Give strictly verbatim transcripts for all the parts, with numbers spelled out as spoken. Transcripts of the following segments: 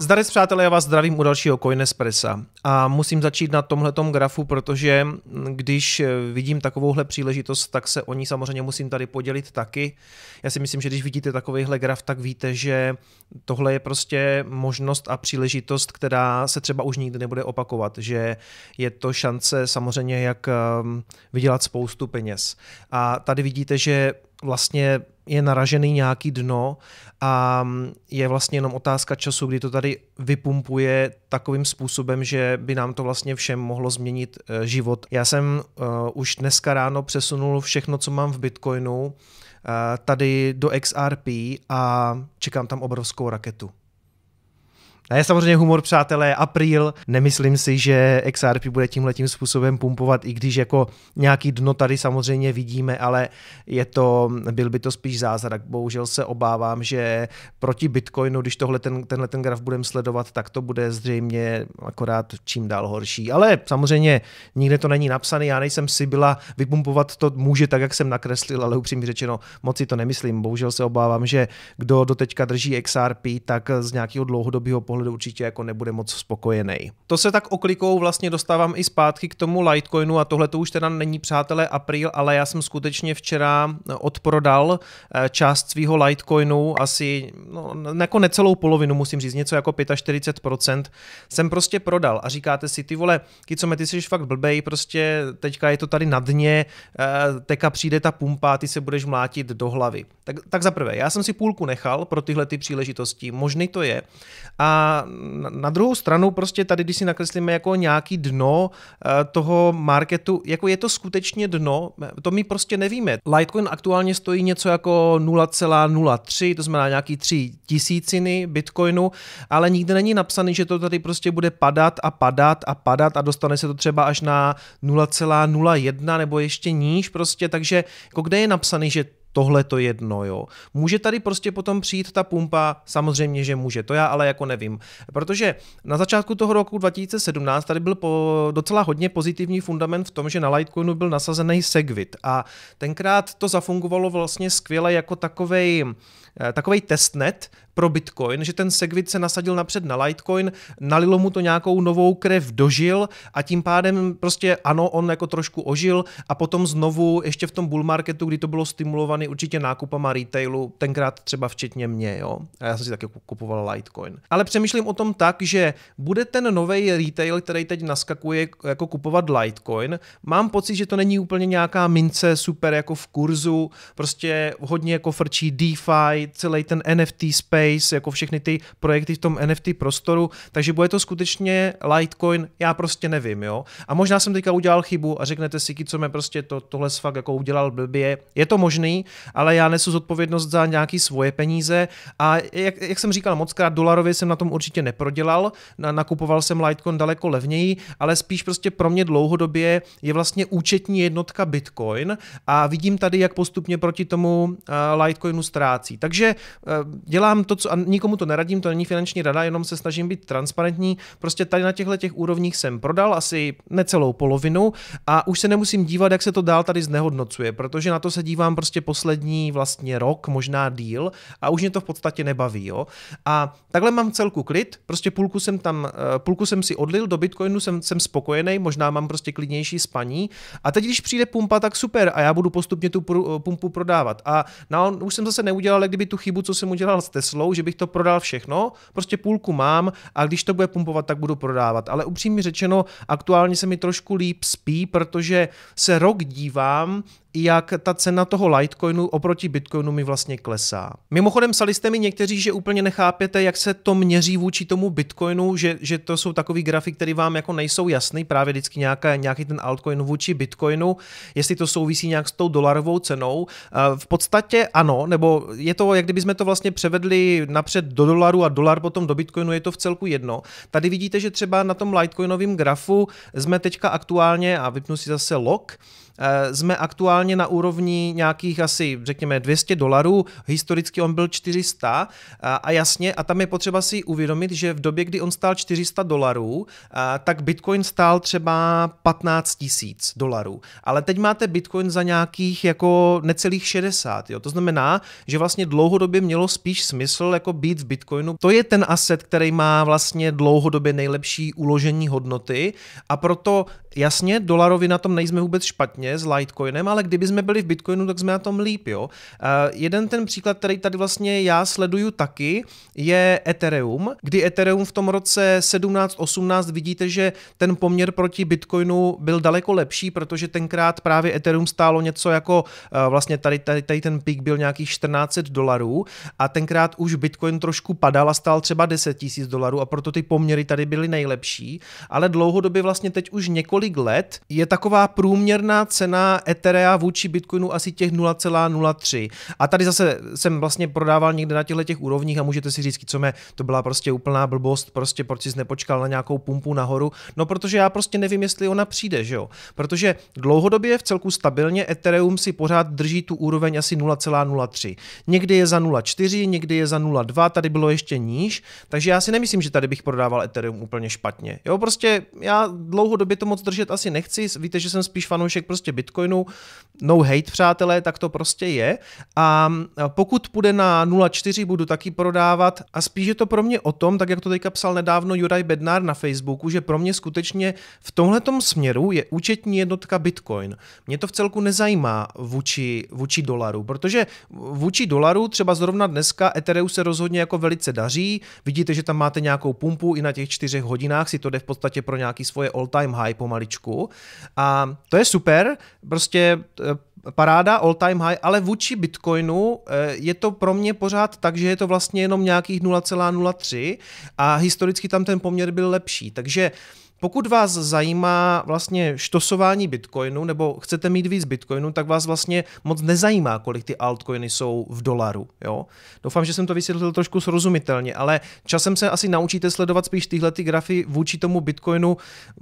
Zdarec přátelé, já vás zdravím u dalšího Coinespressa a musím začít na tomhletom grafu, protože když vidím takovouhle příležitost, tak se o ní samozřejmě musím tady podělit taky. Já si myslím, že když vidíte takovýhle graf, tak víte, že tohle je prostě možnost a příležitost, která se třeba už nikdy nebude opakovat, že je to šance samozřejmě, jak vydělat spoustu peněz. A tady vidíte, že vlastně je naražený nějaký dno a je vlastně jenom otázka času, kdy to tady vypumpuje takovým způsobem, že by nám to vlastně všem mohlo změnit život. Já jsem uh, už dneska ráno přesunul všechno, co mám v Bitcoinu, uh, tady do X R P a čekám tam obrovskou raketu. A je samozřejmě humor, přátelé, apríl, nemyslím si, že X R P bude tímhletím způsobem pumpovat, i když jako nějaký dno tady samozřejmě vidíme, ale je to, byl by to spíš zázrak. Bohužel se obávám, že proti Bitcoinu, když tohle ten, tenhle ten graf budeme sledovat, tak to bude zřejmě akorát čím dál horší. Ale samozřejmě nikde to není napsané, já nejsem Sibyla, vypumpovat to může tak, jak jsem nakreslil, ale upřímně řečeno moc si to nemyslím. Bohužel se obávám, že kdo doteďka drží X R P, tak z nějakého dlouhodobého pohledu určitě jako nebude moc spokojený. To se tak oklikou vlastně dostávám i zpátky k tomu Litecoinu a tohle to už teda není, přátelé, apríl, ale já jsem skutečně včera odprodal část svýho Litecoinu, asi no, jako necelou polovinu, musím říct, něco jako čtyřicet pět procent jsem prostě prodal a říkáte si, ty vole, Kicome, ty jsi fakt blbej, prostě teďka je to tady na dně, teďka přijde ta pumpa, ty se budeš mlátit do hlavy. Tak, tak za prvé, já jsem si půlku nechal pro tyhle ty příležitosti, možný to je. A na druhou stranu prostě tady, když si nakreslíme jako nějaký dno toho marketu, jako je to skutečně dno, to my prostě nevíme. Litecoin aktuálně stojí něco jako nula celá nula tři, to znamená nějaký tři tisíciny Bitcoinu, ale nikde není napsaný, že to tady prostě bude padat a padat a padat a dostane se to třeba až na nula celá nula jedna nebo ještě níž prostě, takže jako kde je napsaný, že tohle to jedno, jo. Může tady prostě potom přijít ta pumpa? Samozřejmě, že může, to já ale jako nevím. Protože na začátku toho roku dva tisíce sedmnáct tady byl po docela hodně pozitivní fundament v tom, že na Litecoinu byl nasazený Segwit a tenkrát to zafungovalo vlastně skvěle jako takovej, takovej testnet pro Bitcoin, že ten Segwit se nasadil napřed na Litecoin, nalilo mu to nějakou novou krev, dožil a tím pádem prostě ano, on jako trošku ožil a potom znovu ještě v tom bull marketu, kdy to bylo stimulované určitě nákupama retailu, tenkrát třeba včetně mě, jo. A já jsem si taky kupoval Litecoin. Ale přemýšlím o tom tak, že bude ten nový retail, který teď naskakuje jako kupovat Litecoin, mám pocit, že to není úplně nějaká mince super jako v kurzu, prostě hodně jako frčí DeFi, celý ten N F T space, jako všechny ty projekty v tom N F T prostoru, takže bude to skutečně Litecoin, já prostě nevím, jo. A možná jsem teďka udělal chybu a řeknete si, Kicome, prostě to, tohle fakt jako udělal blbě. Je to možný, ale já nesu zodpovědnost za nějaký svoje peníze a jak, jak jsem říkal, mockrát dolarově jsem na tom určitě neprodělal, nakupoval jsem Litecoin daleko levněji, ale spíš prostě pro mě dlouhodobě je vlastně účetní jednotka Bitcoin a vidím tady, jak postupně proti tomu uh, Litecoinu ztrácí. Takže uh, dělám to, co, a nikomu to neradím, to není finanční rada, jenom se snažím být transparentní. Prostě tady na těchto těch úrovních jsem prodal asi necelou polovinu a už se nemusím dívat, jak se to dál tady znehodnocuje, protože na to se dívám prostě poslední vlastně rok, možná díl a už mě to v podstatě nebaví, jo. A takhle mám celku klid, prostě půlku jsem tam, půlku jsem si odlil, do Bitcoinu jsem, jsem spokojený, možná mám prostě klidnější spaní a teď, když přijde pumpa, tak super a já budu postupně tu pumpu prodávat. A no, už jsem zase neudělal, jak kdyby tu chybu, co jsem udělal s Teslou, že bych to prodal všechno, prostě půlku mám a když to bude pumpovat, tak budu prodávat. Ale upřímně řečeno, aktuálně se mi trošku líp spí, protože se rok dívám, jak ta cena toho Litecoinu oproti Bitcoinu mi vlastně klesá. Mimochodem psali jste mi někteří, že úplně nechápete, jak se to měří vůči tomu Bitcoinu, že, že to jsou takový grafy, které vám jako nejsou jasný, právě vždycky nějaká, nějaký ten altcoin vůči Bitcoinu, jestli to souvisí nějak s tou dolarovou cenou. V podstatě ano, nebo je to, jak kdyby jsme to vlastně převedli napřed do dolaru a dolar potom do Bitcoinu, je to v celku jedno. Tady vidíte, že třeba na tom Litecoinovém grafu jsme teďka aktuálně, a vypnu si zase log, jsme aktuálně na úrovni nějakých asi, řekněme, dvě stě dolarů, historicky on byl čtyři sta a jasně, a tam je potřeba si uvědomit, že v době, kdy on stál čtyři sta dolarů, tak Bitcoin stál třeba patnáct tisíc dolarů, ale teď máte Bitcoin za nějakých jako necelých šedesát, jo? To znamená, že vlastně dlouhodobě mělo spíš smysl jako být v Bitcoinu. To je ten asset, který má vlastně dlouhodobě nejlepší uložení hodnoty a proto jasně, dolarovi na tom nejsme vůbec špatně s Litecoinem, ale kdyby jsme byli v Bitcoinu, tak jsme na tom líp, jo. Uh, jeden ten příklad, který tady vlastně já sleduju taky, je Ethereum, kdy Ethereum v tom roce sedmnáct osmnáct vidíte, že ten poměr proti Bitcoinu byl daleko lepší, protože tenkrát právě Ethereum stálo něco jako, uh, vlastně tady, tady, tady ten pík byl nějakých čtrnáct set dolarů a tenkrát už Bitcoin trošku padal a stál třeba deset tisíc dolarů a proto ty poměry tady byly nejlepší, ale dlouhodobě vlastně teď už několik let je taková průměrná cena Etherea vůči Bitcoinu asi těch nula celá nula tři. A tady zase jsem vlastně prodával někde na těchto těch úrovních a můžete si říct, co mě, to byla prostě úplná blbost, prostě proč jsi nepočkal na nějakou pumpu nahoru. No protože já prostě nevím, jestli ona přijde, že jo. Protože dlouhodobě v celku stabilně Ethereum si pořád drží tu úroveň asi nula celá nula tři. Někdy je za nula celá čtyři, někdy je za nula celá dva, tady bylo ještě níž, takže já si nemyslím, že tady bych prodával Ethereum úplně špatně. Jo, prostě já dlouhodobě to moc držet asi nechci, víte, že jsem spíš fanoušek prostě Bitcoinu, no hate přátelé, tak to prostě je a pokud půjde na nula celá čtyři, budu taky prodávat a spíš je to pro mě o tom, tak jak to teďka psal nedávno Juraj Bednár na Facebooku, že pro mě skutečně v tomhletom směru je účetní jednotka Bitcoin. Mě to v celku nezajímá vůči, vůči dolaru, protože vůči dolaru třeba zrovna dneska Ethereum se rozhodně jako velice daří, vidíte, že tam máte nějakou pumpu i na těch čtyřech hodinách, si to jde v podstatě pro nějaký svoje all time high pomaličku a to je super, prostě paráda, all time high, ale vůči Bitcoinu je to pro mě pořád tak, že je to vlastně jenom nějakých nula celá nula tři a historicky tam ten poměr byl lepší, takže pokud vás zajímá vlastně štosování Bitcoinu nebo chcete mít víc Bitcoinu, tak vás vlastně moc nezajímá, kolik ty altcoiny jsou v dolaru. Jo? Doufám, že jsem to vysvětlil trošku srozumitelně, ale časem se asi naučíte sledovat spíš tyhle ty grafy vůči tomu Bitcoinu,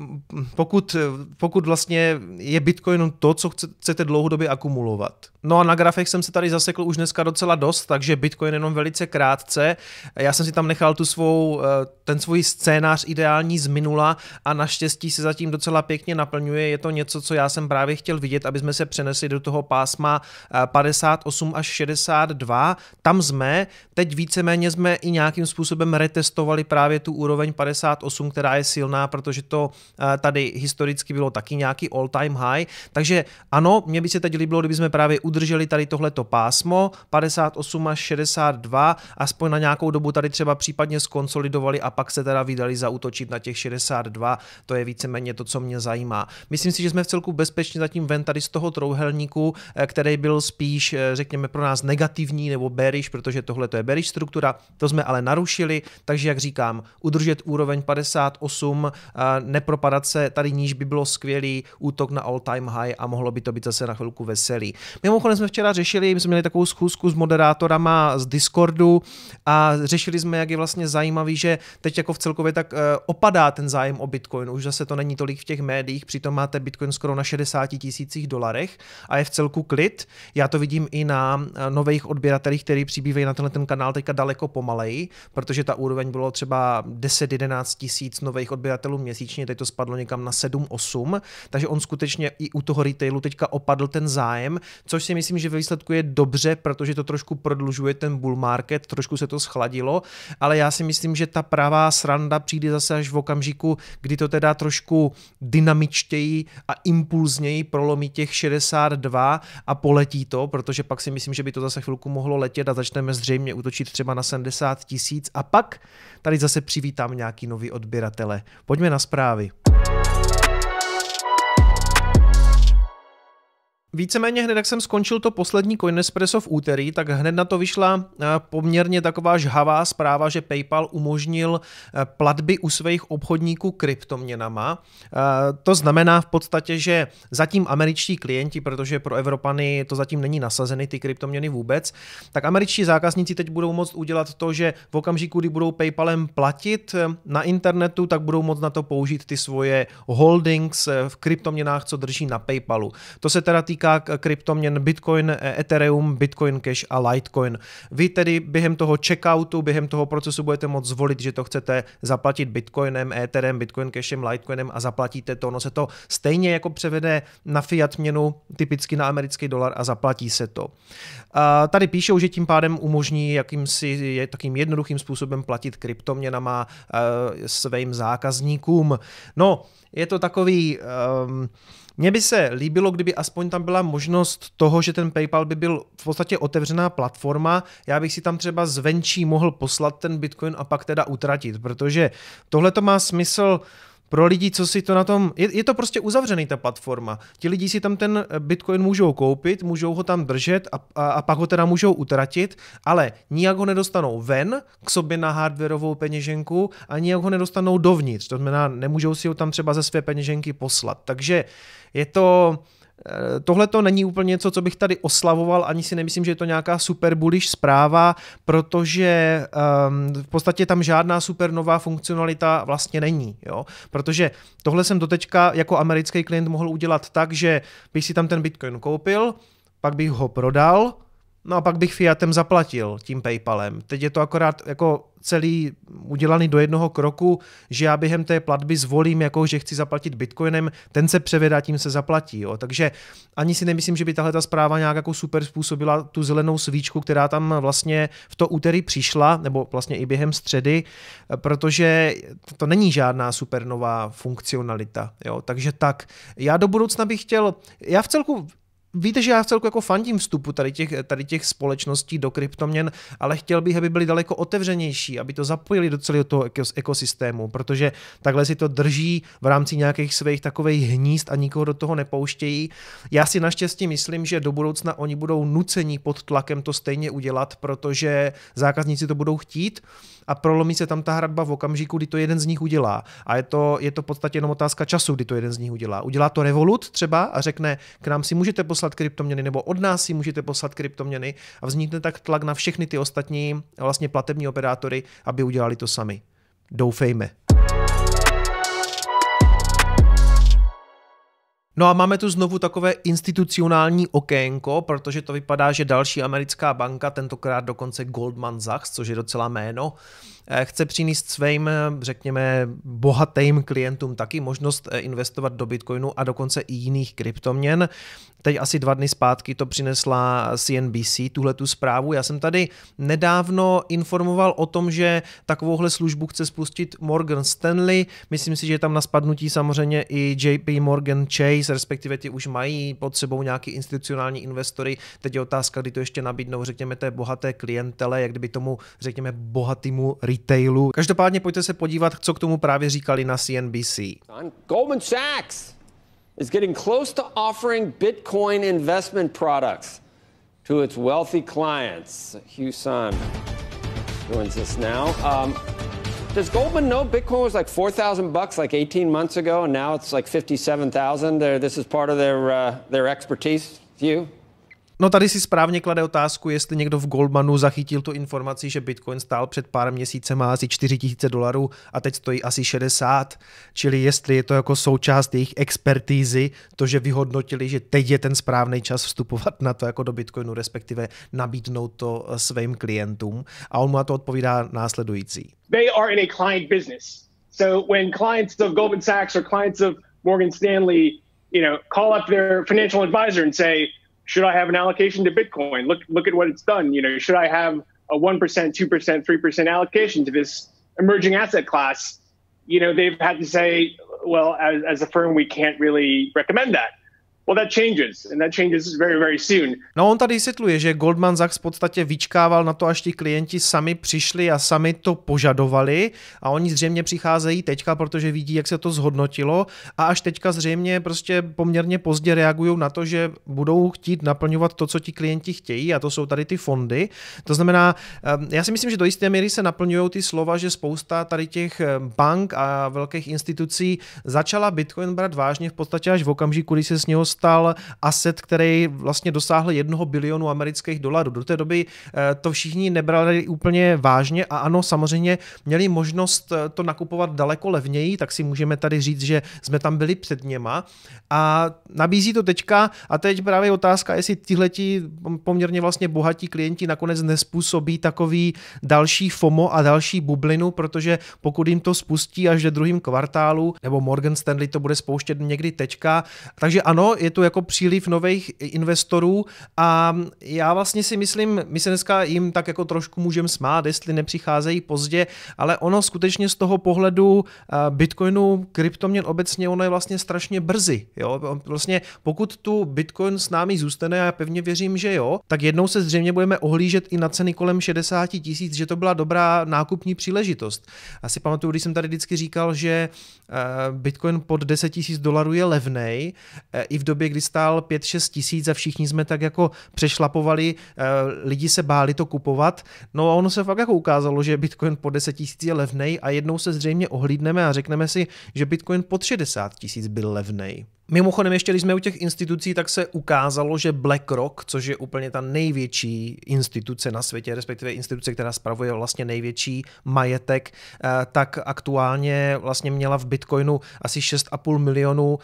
pokud, pokud vlastně je Bitcoin to, co chcete dlouhodobě akumulovat. No a na grafech jsem se tady zasekl už dneska docela dost, takže Bitcoin jenom velice krátce. Já jsem si tam nechal tu svou, ten svůj scénář ideální z minula a naštěstí se zatím docela pěkně naplňuje. Je to něco, co já jsem právě chtěl vidět, aby jsme se přenesli do toho pásma padesát osm až šedesát dva. Tam jsme, teď víceméně jsme i nějakým způsobem retestovali právě tu úroveň padesát osm, která je silná, protože to tady historicky bylo taky nějaký all time high. Takže ano, mně by se teď líbilo, kdyby jsme právě udrželi tady tohleto pásmo padesát osm až šedesát dva, aspoň na nějakou dobu tady třeba případně skonsolidovali a pak se teda vydali zaútočit na těch šedesát dva. To je víceméně to, co mě zajímá. Myslím si, že jsme v celku bezpečně zatím ven tady z toho trouhelníku, který byl spíš, řekněme, pro nás negativní nebo bearish, protože tohle to je bearish struktura, to jsme ale narušili, takže jak říkám, udržet úroveň padesát osm, nepropadat se tady níž by bylo skvělý, útok na all time high a mohlo by to být zase na chvilku veselý. Mimochodem jsme včera řešili, my jsme měli takovou schůzku s moderátorama z Discordu a řešili jsme, jak je vlastně zajímavý, že teď jako v celkově tak opadá ten zájem o Bitcoin, už zase to není tolik v těch médiích, přitom máte Bitcoin skoro na šedesáti tisících dolarech a je v celku klid. Já to vidím i na nových odběratelích, který přibývají na tenhle ten kanál teďka daleko pomaleji, protože ta úroveň bylo třeba deset jedenáct tisíc nových odběratelů měsíčně, teď to spadlo někam na sedm osm, takže on skutečně i u toho retailu teďka opadl ten zájem, což si myslím, že ve výsledku je dobře, protože to trošku prodlužuje ten bull market, trošku se to schladilo, ale já si myslím, že ta pravá sranda přijde zase až v okamžiku, kdy to teda trošku dynamičtěji a impulzněji prolomí těch šedesát dva a poletí to, protože pak si myslím, že by to zase chvilku mohlo letět a začneme zřejmě útočit třeba na sedmdesát tisíc a pak tady zase přivítám nějaký nový odběratele. Pojďme na zprávy. Víceméně hned, jak jsem skončil to poslední Coinespresso v úterý, tak hned na to vyšla poměrně taková žhavá zpráva, že PayPal umožnil platby u svých obchodníků kryptoměnama. To znamená v podstatě, že zatím američtí klienti, protože pro Evropany to zatím není nasazeny ty kryptoměny vůbec, tak američtí zákazníci teď budou moct udělat to, že v okamžiku, kdy budou PayPalem platit na internetu, tak budou moct na to použít ty svoje holdings v kryptoměnách, co drží na PayPalu. To se teda týká kryptoměn Bitcoin, Ethereum, Bitcoin Cash a Litecoin. Vy tedy během toho checkoutu, během toho procesu budete moct zvolit, že to chcete zaplatit Bitcoinem, Etherem, Bitcoin Cashem, Litecoinem a zaplatíte to. Ono se to stejně jako převede na fiat měnu, typicky na americký dolar a zaplatí se to. A tady píšou, že tím pádem umožní jakýmsi takým jednoduchým způsobem platit kryptoměnama svým zákazníkům. No, je to takový... Um, Mně by se líbilo, kdyby aspoň tam byla možnost toho, že ten PayPal by byl v podstatě otevřená platforma, já bych si tam třeba zvenčí mohl poslat ten Bitcoin a pak teda utratit, protože tohle to má smysl pro lidi, co si to na tom... Je, je to prostě uzavřený ta platforma. Ti lidi si tam ten Bitcoin můžou koupit, můžou ho tam držet a, a, a pak ho teda můžou utratit, ale nijak ho nedostanou ven k sobě na hardwarovou peněženku a nijak ho nedostanou dovnitř. To znamená, nemůžou si ho tam třeba ze své peněženky poslat. Takže je to... Tohle to není úplně něco, co bych tady oslavoval, ani si nemyslím, že je to nějaká super bullish zpráva, protože um, v podstatě tam žádná super nová funkcionalita vlastně není, jo? Protože tohle jsem doteďka jako americký klient mohl udělat tak, že bych si tam ten Bitcoin koupil, pak bych ho prodal, no a pak bych fiatem zaplatil tím PayPalem. Teď je to akorát jako celý udělaný do jednoho kroku, že já během té platby zvolím, jako že chci zaplatit Bitcoinem, ten se převedá, tím se zaplatí. Jo. Takže ani si nemyslím, že by tahle ta zpráva nějak jako super způsobila tu zelenou svíčku, která tam vlastně v to úterý přišla, nebo vlastně i během středy, protože to není žádná super nová funkcionalita. Jo. Takže tak, já do budoucna bych chtěl, já v celku Víte, že já v celku jako fandím vstupu tady těch, tady těch společností do kryptoměn, ale chtěl bych, aby byly daleko otevřenější, aby to zapojili do celého toho ekosystému, protože takhle si to drží v rámci nějakých svých takových hnízd a nikoho do toho nepouštějí. Já si naštěstí myslím, že do budoucna oni budou nuceni pod tlakem to stejně udělat, protože zákazníci to budou chtít a prolomí se tam ta hradba v okamžiku, kdy to jeden z nich udělá. A je to, je to v podstatě jenom otázka času, kdy to jeden z nich udělá. Udělá to Revolut třeba a řekne, k nám si můžete poslat kryptoměny, nebo od nás si můžete poslat kryptoměny a vznikne tak tlak na všechny ty ostatní vlastně platební operátory, aby udělali to sami. Doufejme. No a máme tu znovu takové institucionální okénko, protože to vypadá, že další americká banka, tentokrát dokonce Goldman Sachs, což je docela jméno, chce přinést svým, řekněme, bohatým klientům taky možnost investovat do Bitcoinu a dokonce i jiných kryptoměn. Teď asi dva dny zpátky to přinesla C N B C, tuhle tu zprávu. Já jsem tady nedávno informoval o tom, že takovouhle službu chce spustit Morgan Stanley. Myslím si, že je tam na spadnutí samozřejmě i J P Morgan Chase, respektive ti už mají pod sebou nějaký institucionální investory. Teď je otázka, kdy to ještě nabídnou, řekněme, té bohaté klientele, jak kdyby tomu, řekněme, bohatému retailu. Každopádně pojďte se podívat, co k tomu právě říkali na C N B C. Goldman Sachs is getting close to offering Bitcoin investment products to its wealthy clients. Hugh Sun joins us now. Um, does Goldman know Bitcoin was like four thousand bucks like eighteen months ago, and now it's like fifty-seven thousand? This is part of their uh, their expertise. Hugh? No tady si správně klade otázku, jestli někdo v Goldmanu zachytil tu informaci, že Bitcoin stál před pár měsícem asi čtyři tisíce dolarů a teď stojí asi šedesát, čili jestli je to jako součást jejich expertízy, to, že vyhodnotili, že teď je ten správný čas vstupovat na to jako do Bitcoinu, respektive nabídnout to svým klientům. A on mu na to odpovídá následující. They are in a client business. So when clients of Goldman Sachs or clients of Morgan Stanley, you know, call up their financial advisor and say, should I have an allocation to Bitcoin? Look, look at what it's done. You know, should I have a one percent, two percent, three percent allocation to this emerging asset class? You know, they've had to say, well, as, as a firm, we can't really recommend that. Well, that changes, and that changes very, very soon. No, on tady vysvětluje, že Goldman Sachs v podstatě vyčkával na to, až ti klienti sami přišli a sami to požadovali a oni zřejmě přicházejí teďka, protože vidí, jak se to zhodnotilo a až teďka zřejmě prostě poměrně pozdě reagují na to, že budou chtít naplňovat to, co ti klienti chtějí a to jsou tady ty fondy. To znamená, já si myslím, že do jisté míry se naplňují ty slova, že spousta tady těch bank a velkých institucí začala Bitcoin brát vážně v podstatě až v okamžiku, kdy se s něho stal asset, který vlastně dosáhl jednoho bilionu amerických dolarů. Do té doby to všichni nebrali úplně vážně a ano, samozřejmě měli možnost to nakupovat daleko levněji, tak si můžeme tady říct, že jsme tam byli před něma a nabízí to teďka a teď právě otázka, jestli tihleti poměrně vlastně bohatí klienti nakonec nespůsobí takový další FOMO a další bublinu, protože pokud jim to spustí až do druhým kvartálu, nebo Morgan Stanley to bude spouštět někdy teďka, takže ano, je tu jako příliv nových investorů a já vlastně si myslím, my se dneska jim tak jako trošku můžeme smát, jestli nepřicházejí pozdě, ale ono skutečně z toho pohledu Bitcoinu, kryptoměn obecně, ono je vlastně strašně brzy. Jo? Vlastně pokud tu Bitcoin s námi zůstane, a já pevně věřím, že jo, tak jednou se zřejmě budeme ohlížet i na ceny kolem šedesát tisíc, že to byla dobrá nákupní příležitost. Asi pamatuju, když jsem tady vždycky říkal, že Bitcoin pod deset tisíc dolarů je levnej, i v době, kdy stál pět šest tisíc a všichni jsme tak jako přešlapovali, lidi se báli to kupovat. No a ono se fakt jako ukázalo, že Bitcoin pod deset tisíc je levnej a jednou se zřejmě ohlídneme a řekneme si, že Bitcoin pod šedesát tisíc byl levnej. Mimochodem, ještě když jsme u těch institucí, tak se ukázalo, že BlackRock, což je úplně ta největší instituce na světě, respektive instituce, která spravuje vlastně největší majetek, tak aktuálně vlastně měla v Bitcoinu asi šest a půl milionu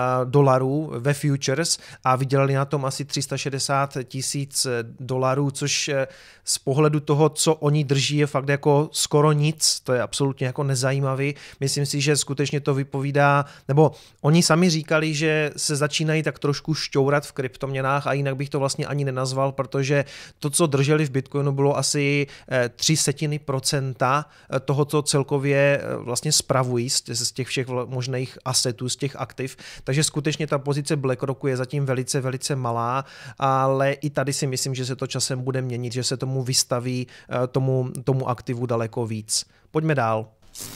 dolarů ve futures a vydělali na tom asi tři sta šedesát tisíc dolarů, což z pohledu toho, co oni drží, je fakt jako skoro nic, to je absolutně jako nezajímavý. Myslím si, že skutečně to vypovídá, nebo oni sami říkali, že se začínají tak trošku šťourat v kryptoměnách a jinak bych to vlastně ani nenazval, protože to, co drželi v Bitcoinu, bylo asi tři setiny procenta toho, co celkově vlastně spravují z těch všech možných asetů, z těch aktiv. Takže skutečně ta pozice BlackRocku je zatím velice, velice malá, ale i tady si myslím, že se to časem bude měnit, že se tomu vystaví tomu, tomu aktivu daleko víc. Pojďme dál.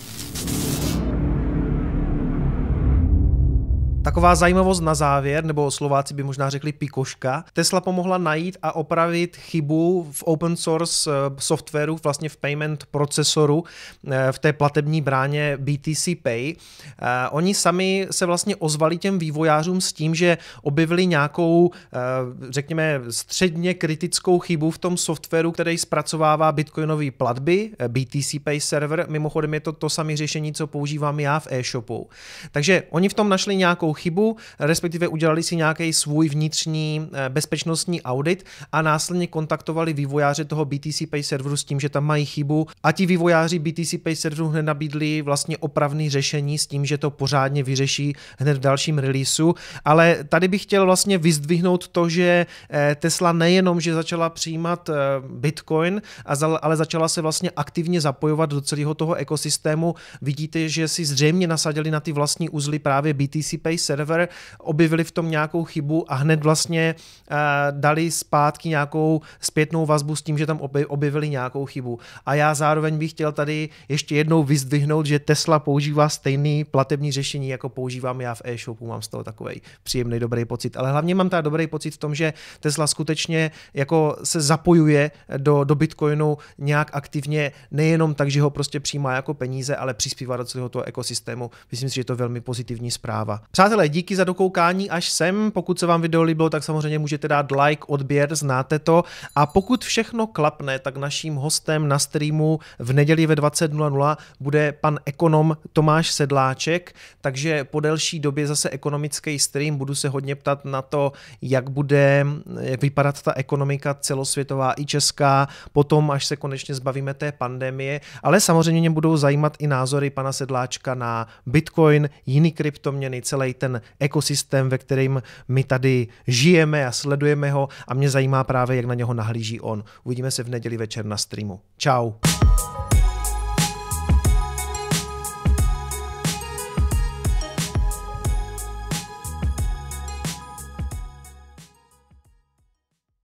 Taková zajímavost na závěr, nebo Slováci by možná řekli pikoška. Tesla pomohla najít a opravit chybu v open source softwaru, vlastně v payment procesoru, v té platební bráně B T C Pay. Oni sami se vlastně ozvali těm vývojářům s tím, že objevili nějakou, řekněme, středně kritickou chybu v tom softwaru, který zpracovává bitcoinové platby, B T C Pay server. Mimochodem je to to samé řešení, co používám já v e-shopu. Takže oni v tom našli nějakou chybu, respektive udělali si nějaký svůj vnitřní bezpečnostní audit a následně kontaktovali vývojáře toho B T C Pay serveru s tím, že tam mají chybu a ti vývojáři B T C Pay serveru hned nabídli vlastně opravný řešení s tím, že to pořádně vyřeší hned v dalším releaseu, ale tady bych chtěl vlastně vyzdvihnout to, že Tesla nejenom, že začala přijímat Bitcoin, ale začala se vlastně aktivně zapojovat do celého toho ekosystému. Vidíte, že si zřejmě nasadili na ty vlastní uzly právě B T C Pay server, objevili v tom nějakou chybu a hned vlastně uh, dali zpátky nějakou zpětnou vazbu s tím, že tam objevili nějakou chybu. A já zároveň bych chtěl tady ještě jednou vyzdvihnout, že Tesla používá stejný platební řešení, jako používám já v e-shopu, mám z toho takovej příjemný, dobrý pocit. Ale hlavně mám tady dobrý pocit v tom, že Tesla skutečně jako se zapojuje do, do Bitcoinu nějak aktivně, nejenom tak, že ho prostě přijímá jako peníze, ale přispívá do celého toho ekosystému. Myslím si, že je to velmi pozitivní zpráva. Přátelé, díky za dokoukání až sem. Pokud se vám video líbilo, tak samozřejmě můžete dát like, odběr, znáte to. A pokud všechno klapne, tak naším hostem na streamu v neděli ve dvacet nula nula bude pan ekonom Tomáš Sedláček, takže po delší době zase ekonomický stream. Budu se hodně ptat na to, jak bude jak vypadat ta ekonomika celosvětová i česká, potom až se konečně zbavíme té pandemie, ale samozřejmě mě budou zajímat i názory pana Sedláčka na Bitcoin, jiný kryptoměny, celý ten ekosystém, ve kterém my tady žijeme a sledujeme ho a mě zajímá právě, jak na něho nahlíží on. Uvidíme se v neděli večer na streamu. Čau.